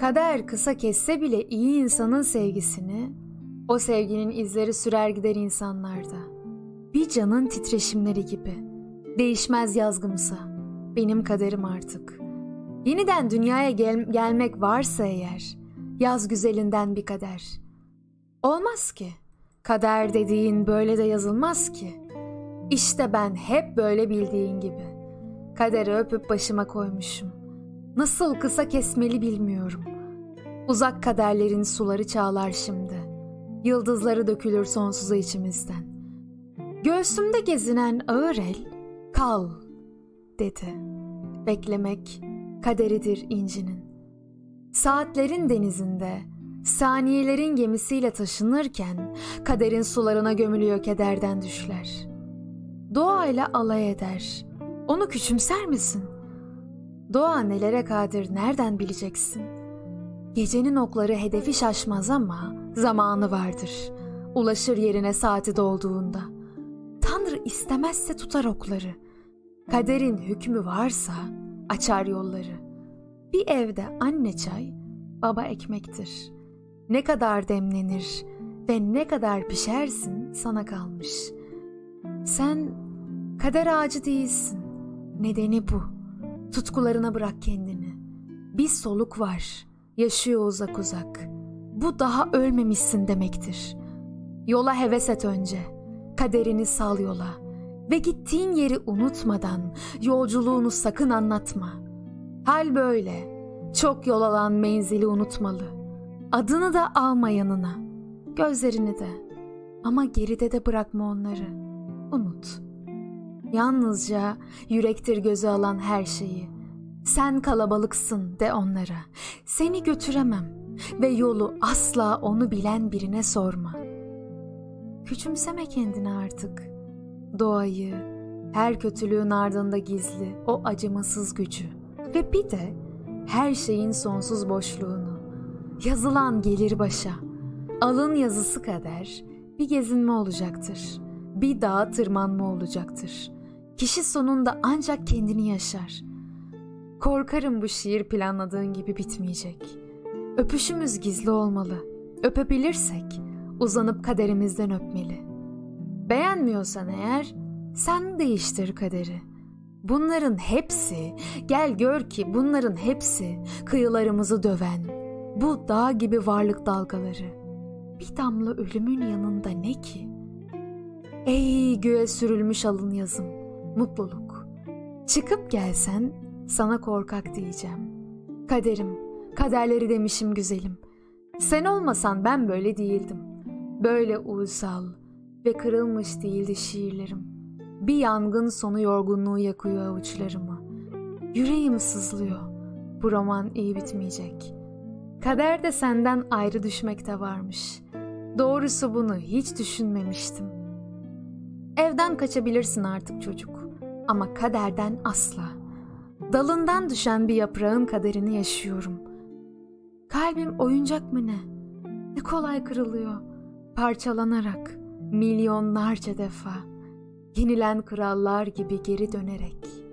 Kader kısa kesse bile iyi insanın sevgisini, o sevginin izleri sürer gider insanlarda. Bir canın titreşimleri gibi, değişmez yazgımsa, benim kaderim artık. Yeniden dünyaya gelmek varsa eğer, yaz güzelinden bir kader. Olmaz ki, kader dediğin böyle de yazılmaz ki. İşte ben hep böyle bildiğin gibi, kaderi öpüp başıma koymuşum. Nasıl kısa kesmeli bilmiyorum. Uzak kaderlerin suları çağlar şimdi. Yıldızları dökülür sonsuza içimizden. Göğsümde gezinen ağır el, kal dedi. Beklemek kaderidir incinin. Saatlerin denizinde, saniyelerin gemisiyle taşınırken kaderin sularına gömülüyor kederden düşler. Doğayla alay eder. Onu küçümser misin? Doğa nelere kadir nereden bileceksin? Gecenin okları hedefi şaşmaz ama zamanı vardır. Ulaşır yerine saati dolduğunda. Tanrı istemezse tutar okları. Kaderin hükmü varsa açar yolları. Bir evde anne çay, baba ekmektir. Ne kadar demlenir ve ne kadar pişersin sana kalmış. Sen kader ağacı değilsin. Nedeni bu. Tutkularına bırak kendini. Bir soluk var. Yaşıyor uzak uzak. Bu daha ölmemişsin demektir. Yola heves et önce. Kaderini sal yola. Ve gittiğin yeri unutmadan yolculuğunu sakın anlatma. Hal böyle. Çok yol alan menzili unutmalı. Adını da alma yanına. Gözlerini de. Ama geride de bırakma onları. Unut. Yalnızca yürektir gözü alan her şeyi. Sen kalabalıksın de onlara. Seni götüremem ve yolu asla onu bilen birine sorma. Küçümseme kendini artık. Doğayı, her kötülüğün ardında gizli o acımasız gücü ve bir de her şeyin sonsuz boşluğunu. Yazılan gelir başa. Alın yazısı kader bir gezinme olacaktır. Bir dağa tırmanma olacaktır. Kişi sonunda ancak kendini yaşar. Korkarım bu şiir planladığın gibi bitmeyecek. Öpüşümüz gizli olmalı. Öpebilirsek uzanıp kaderimizden öpmeli. Beğenmiyorsan eğer sen değiştir kaderi. Bunların hepsi, gel gör ki bunların hepsi kıyılarımızı döven bu dağ gibi varlık dalgaları. Bir damla ölümün yanında ne ki? Ey göğe sürülmüş alın yazım, mutluluk. Çıkıp gelsen sana korkak diyeceğim. Kaderim, kaderleri demişim güzelim. Sen olmasan ben böyle değildim. Böyle uysal ve kırılmış değildi şiirlerim. Bir yangın sonu yorgunluğu yakıyor avuçlarımı. Yüreğim sızlıyor. Bu roman iyi bitmeyecek. Kader de senden ayrı düşmekte varmış. Doğrusu bunu hiç düşünmemiştim. Evden kaçabilirsin artık çocuk. Ama kaderden asla. Dalından düşen bir yaprağın kaderini yaşıyorum. Kalbim oyuncak mı ne? Ne kolay kırılıyor. Parçalanarak milyonlarca defa. Yenilen krallar gibi geri dönerek.